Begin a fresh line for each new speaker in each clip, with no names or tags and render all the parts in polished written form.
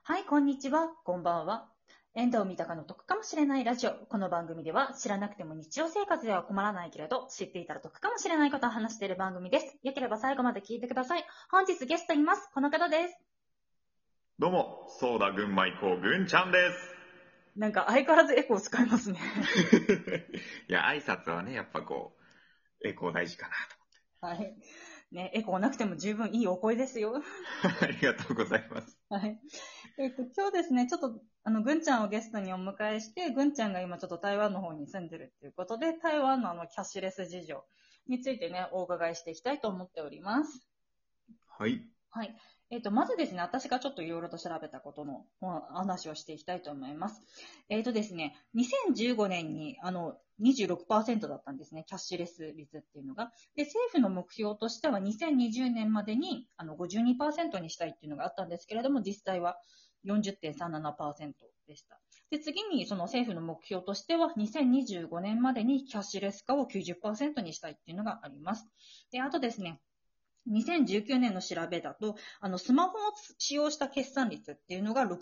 はい、こんにちは、こんばんは。遠藤三鷹の得かもしれないラジオ。この番組では知らなくても日常生活では困らないけれど、知っていたら得かもしれないことを話している番組です。よければ最後まで聞いてください。本日ゲストいます。この方です。
どうも、ソーダ群馬以降、ぐんちゃんです。
なんか相変わらずエコー使いますね。
いや、挨拶はね、やっぱエコー大事かな
はい。ね、エコーなくても十分いいお声ですよ。
と。ありがとうございます。
はい。今日ですね、ちょっと、ぐんちゃんをゲストにお迎えして、ぐんちゃんが今ちょっと台湾の方に住んでるっていうことで、台湾のキャッシュレス事情についてね、お伺いしていきたいと思っております。
はい。
はい。まずですね、私がちょっといろいろと調べたことの話をしていきたいと思います。ですね、2015年に26%だったんですね、キャッシュレス率っていうのが。で、政府の目標としては2020年までに52%にしたいっていうのがあったんですけれども、実際は40.37% でした。で、次にその政府の目標としては2025年までにキャッシュレス化を90%にしたいっていうのがあります。で、あとですね、2019年の調べだと、スマホを使用した決算率っていうのが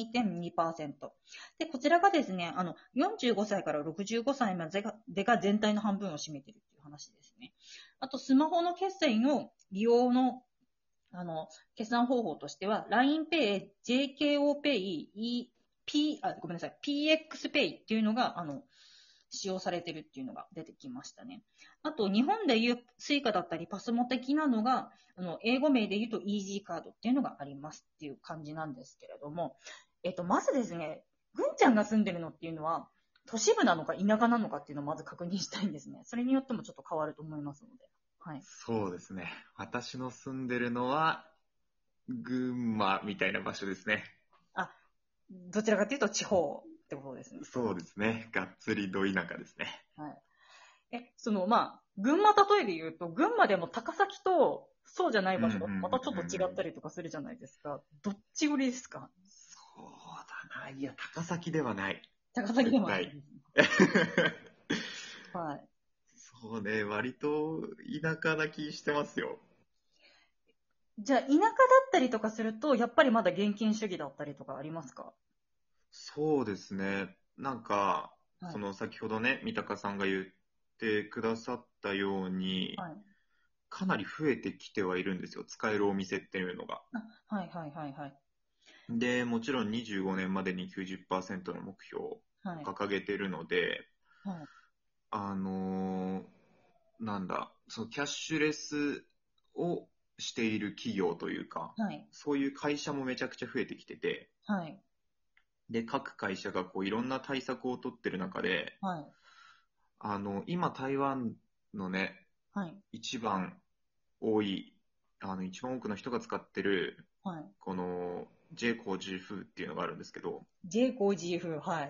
62.2%。で、こちらがですね、45歳から65歳までが全体の半分を占めているっていう話ですね。あと、スマホの決済の利用の、決算方法としては、LINEPay、JKOPay、ごめんなさい、PXPay っていうのが、使用されてるっていうのが出てきましたね。あと、日本でいうスイカだったりパスモ的なのが、英語名で言うとイージーカードっていうのがありますっていう感じなんですけれども、まずですね、ぐんちゃんが住んでるのっていうのは、都市部なのか田舎なのかっていうのをまず確認したいんですね。それによってもちょっと変わると思いますので。はい。
そうですね。私の住んでるのは、群馬みたいな場所ですね。
あ、どちらかというと地方ってことですね。
そうですね。がっつりど田舎ですね。
はい。群馬例えで言うと、群馬でも高崎と、そうじゃない場所、またちょっと違ったりとかするじゃないですか。どっち寄りですか？
そうだな。いや、高崎ではない。
高崎でもないで
絶対。
すね。はい。
そうね。割と田舎な気してますよ。
じゃあ、田舎だったりとかすると、やっぱりまだ現金主義だったりとかありますか？
そうですね。なんか、
はい。
先ほどね、三鷹さんが言ってくださったように、
はい。
かなり増えてきてはいるんですよ。使えるお店っていうのが。
はいはいはいはい。
で、もちろん25年までに90%の目標を
はい。
掲げてるので、
はい。
あのーそのキャッシュレスをしている企業というか、
はい。
そういう会社もめちゃくちゃ増えてきてて、
はい。
で、各会社がいろんな対策を取ってる中で、
はい。
今台湾のね、
はい。
一番多い、一番多くの人が使ってる、
はい。
この J コージーフーっていうのがあるんですけど、
J5GF、はい。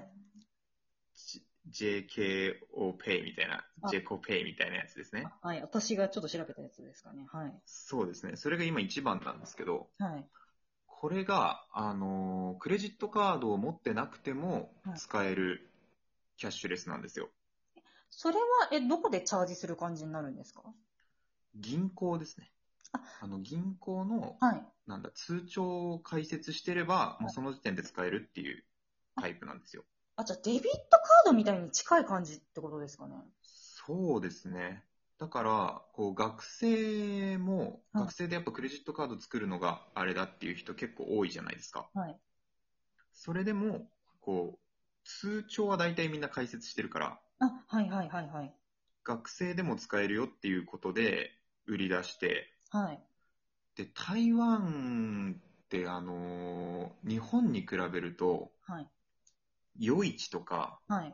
JKO Pay みたいな、
あ、
JKO Pay みたいなやつですね。
はい。私がちょっと調べたやつですかね。はい。
そうですね。それが今一番なんですけど、
はい。
これが、クレジットカードを持ってなくても
はい。
使えるキャッシュレスなんですよ。
それは、どこでチャージする感じになるんですか？
銀行ですね。銀行の、
はい。
通帳を開設してれば、もう
はい。
その時点で使えるっていうタイプなんですよ。
じゃあデビットカードみたいに近い感じってことですかね。
そうですね。だから、学生も、
はい。
学生でやっぱクレジットカード作るのがあれだっていう人結構多いじゃないですか。
はい。
それでも、通帳は大体みんな開設してるから、
はいはいはいはい。
学生でも使えるよっていうことで売り出して、
はい。
で、台湾って日本に比べると、
はい。
夜市とか
はい。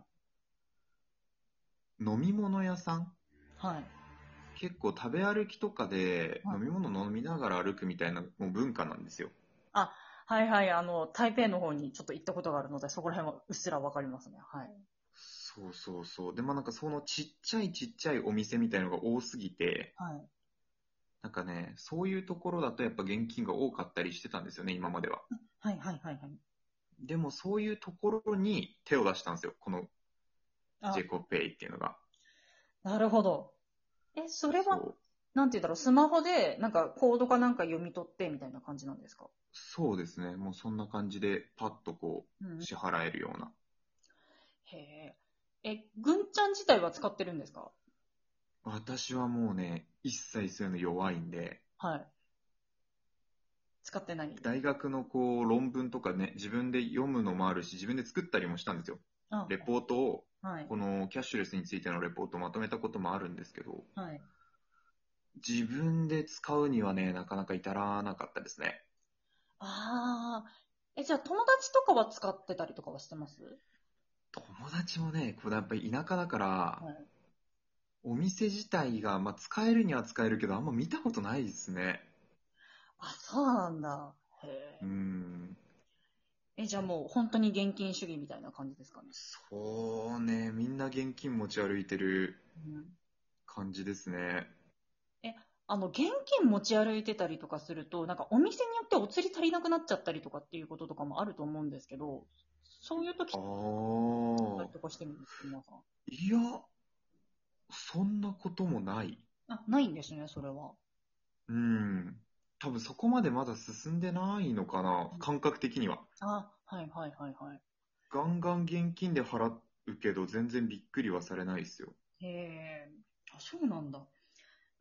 飲み物屋さん、
はい。
結構食べ歩きとかで
はい。
飲み物飲みながら歩くみたいなもう文化なんですよ。
あ、はいはい。台北の方にちょっと行ったことがあるので、そこら辺はうっすらわかりますね。はい。
そうそうそう。でもそのちっちゃいちっちゃいお店みたいのが多すぎて、
はい。
そういうところだとやっぱ現金が多かったりしてたんですよね、今までは。
はいはいはいはい。
でもそういうところに手を出したんですよ、この
あ、
j コ p a y っていうのが。
なるほど。それは、
そう。
なんて言うんだろう、スマホで、なんかコードかなんか読み取ってみたいな感じなんですか？
そうですね。もうそんな感じで、パッとこ
うん。
う、支払えるような。
へえ。ぐんちゃん自体は使ってるんですか？
私はもうね、一切そういうの弱いんで、
はい。使ってない。
大学のこう、論文とかね、自分で読むのもあるし、自分で作ったりもしたんですよ。
あ、
レポートを、
はい。
このキャッシュレスについてのレポートをまとめたこともあるんですけど、
はい。
自分で使うにはね、なかなか至らなかったですね。
ああ。じゃあ友達とかは使ってたりとかはしてます？
友達もね、これやっぱり田舎だから、
はい。
お店自体が、まあ、使えるには使えるけど、あんま見たことないですね。
あ、そうなんだ。へ
うーん。
じゃあもう本当に現金主義みたいな感じですかね。
そうね、みんな現金持ち歩いてる
うん。
感じですね。
え、現金持ち歩いてたりとかすると、なんかお店によってお釣り足りなくなっちゃったりとかっていうこととかもあると思うんですけど、そういう時
あ
ったり
あ、
とかしてるんですか、皆さん。
いや、そんなこともない。
あ、ないんですね、それは。
うん。多分そこまでまだ進んでないのかな、
うん。
感覚的には。
あ、はいはいはいはい。
ガンガン現金で払うけど、全然びっくりはされないですよ。
へえ、あ、そうなんだ。
うん。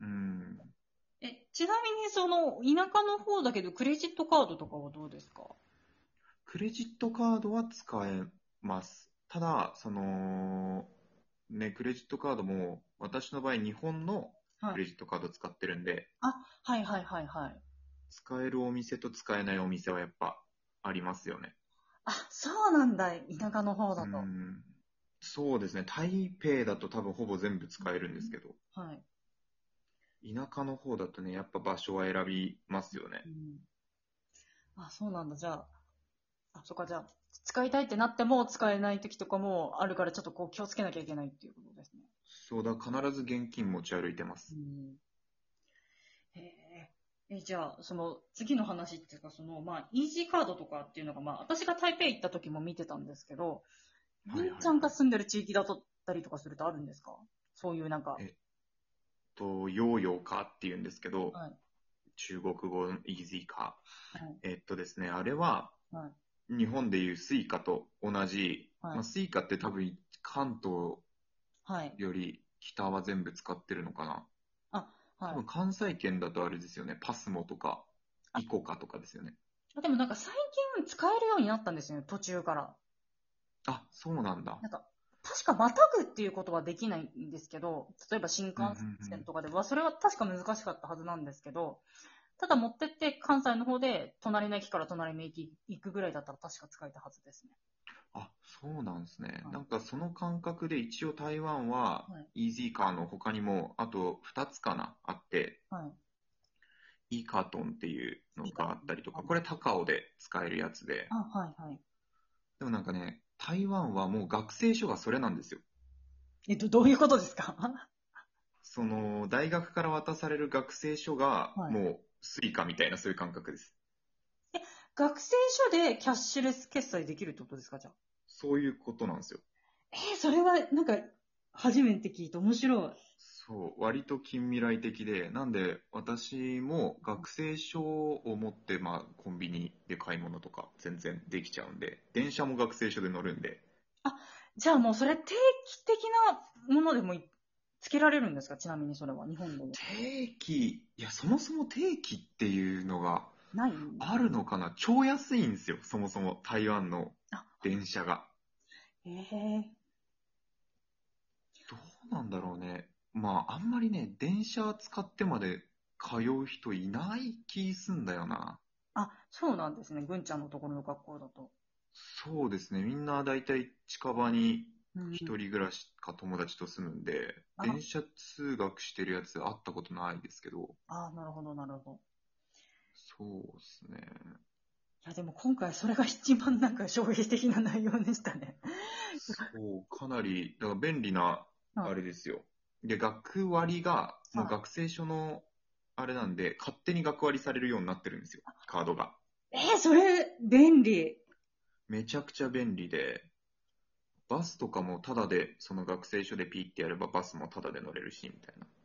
ちなみにその、田舎の方だけど、クレジットカードとかはどうですか？
クレジットカードは使えます。ただ、その、ね、クレジットカードも、私の場合、日本の
はい。
クレジットカード使ってるんで、
あ、はいはいはいはい。
使えるお店と使えないお店はやっぱありますよね。
あ、そうなんだ。田舎の方
う
だと。
ん。そうですね。台北だと多分ほぼ全部使えるんですけど、
はい。
田舎の方だとね、やっぱ場所は選びますよね。
うん。あ、そうなんだ。じゃあ、そっか、じゃあ、使いたいってなっても使えない時とかもあるから、ちょっとこう気をつけなきゃいけないっていうことですね。
そうだ、必ず現金持ち歩いてます。
うん。へえ。じゃあ、その次の話っていうか、その、まあ、イージーカードとかっていうのが、まあ、私が台北行った時も見てたんですけど、
はい
文ちゃんが
はいはい。
住んでる地域だったりとかするとあるんですか？そういうなんか、
えっヨーヨーカーって言うんですけど、
はい、
中国語のイージーカ
はい、
ー。ですね、あれは、
はい、
日本でいうスイカと同じ、まあ、
はい、
スイカって多分関東
はい。
より北は全部使ってるのかな。
あ、はい。
多分関西圏だとあれですよね、パスモとか、
あ、
イコカとかですよね。
でもなんか最近使えるようになったんですよね、途中から。
あ、そうなんだ。
なんか、確かまたぐっていうことはできないんですけど、例えば新幹
うんうんうん。
線とかでは、それは確か難しかったはずなんですけど、ただ持ってって関西の方で隣の駅から隣の駅行くぐらいだったら確か使えたはずですね。
あ、そうなんですね。
はい。
なんかその感覚で一応台湾は
はい。
イージーカーの他にもあと2つかなあって、
は
イーカートンっていう
い。い
の
いか。
があったりとか、
はい。
これ高尾で使えるやつで、
あ、はい、はい。
でもなんかね、台湾はもう学生証がそれなんですよ。
どういうことですか？
その、大学から渡される学生証が
はい。
もうスイカみたいなそういう感覚です。
学生証でキャッシュレス決済できるってことですか、じゃあ。
そういうことなんですよ。
それはなんか初めて聞いて面白い。
そう、割と近未来的で、なんで私も学生証を持って、まあコンビニで買い物とか全然できちゃうんで、電車も学生証で乗るんで、
あ、じゃあもうそれ定期的なものでもつけられるんですか？ちなみにそれは日本でも。
定期、いや、そもそも定期っていうのが
ない。
あるのかな。超安いんですよ、そもそも台湾の
あ、
電車が。
ええ。
どうなんだろうね。まあ、あんまりね、電車使ってまで通う人いない気すんだよな。
あ、そうなんですね。ぐんちゃんのところの学校だと。
そうですね。みんな大体近場に
うん。
一人暮らしか友達と住むんで、
あ、
電車通学してるやつ会ったことないですけど、
なるほど、なるほど。
そうですね。
いや、でも今回それが一番なんか衝撃的な内容でしたね。
そう、かなり、だから便利な、
はい。
あれですよ。で、学割が、もう
は
学生証の、あれなんで、勝手に学割されるようになってるんですよ。カードが。
い。それ、便利。
めちゃくちゃ便利で、バスとかもタダで、その学生証でピーってやればバスもタダで乗れるし、みたいな。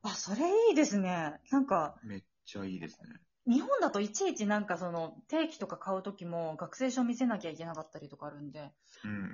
あ、それいいですね。なんか、
めっちゃいいですね。
日本だといちいちなんかその定期とか買うときも学生証見せなきゃいけなかったりとかあるんで、
うんうんうん。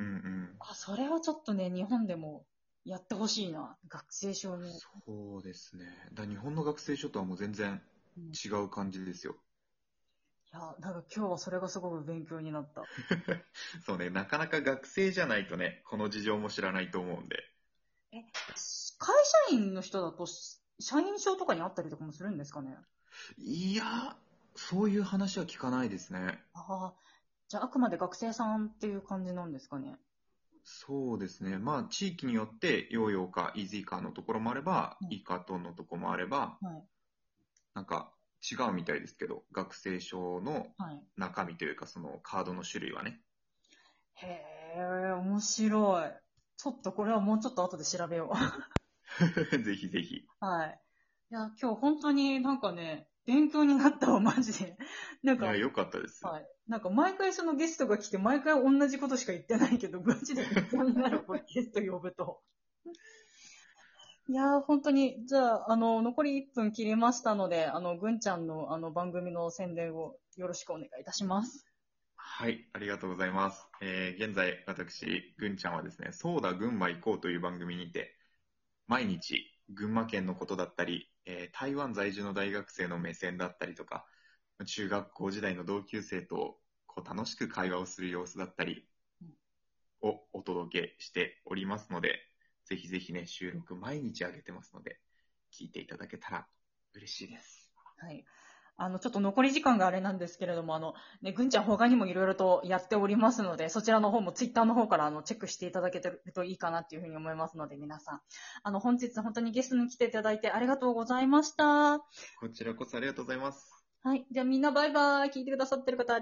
あ、それはちょっとね、日本でもやってほしいな。学生証に。
そうですね。日本の学生証とはもう全然
うん、い
違う感じですよ。
や、なんか今日はそれがすごく勉強になった。
そうね、なかなか学生じゃないとね、この事情も知らないと思うんで。
え、会社員の人だと、社員証とかにあったりとかもするんですかね？
いや、そういう話は聞かないですね。
ああ、じゃああくまで学生さんっていう感じなんですかね？
そうですね。まあ、地域によって、ヨーヨーかイージーカーのところもあれば、
はい。
イカトンのところもあれば、
はい。
なんか違うみたいですけど、学生証の
はい。
中身というか、そのカードの種類はね。
へえ、面白い。ちょっとこれはもうちょっと後で調べよう。
ぜひぜひ。
はい。いや、今日本当になんかね、勉強になったわ、マジで。なん
いや、
か、
よかったです。
はい。なんか毎回そのゲストが来て、毎回同じことしか言ってないけど、マジで勉強になる、これゲスト呼ぶと。いやー、本当に、じゃあ、残り1分切りましたので、ぐんちゃんの、番組の宣伝をよろしくお願いいたします。
はい、ありがとうございます。現在、私、ぐんちゃんはですね、そうだ、群馬行こうという番組にて、毎日、群馬県のことだったり、台湾在住の大学生の目線だったりとか、中学校時代の同級生とこう楽しく会話をする様子だったりをお届けしておりますので、ぜひぜひね、収録毎日上げてますので、聞いていただけたら嬉しいです。
はい。ちょっと残り時間があれなんですけれども、ね、ぐんちゃん他にもいろいろとやっておりますので、そちらの方もツイッターの方からチェックしていただけてるといいかなっていうふうに思いますので、皆さん。本日本当にゲストに来ていただいてありがとうございました。
こちらこそありがとうございます。
はい。じゃあみんなバイバイ。聞いてくださってる方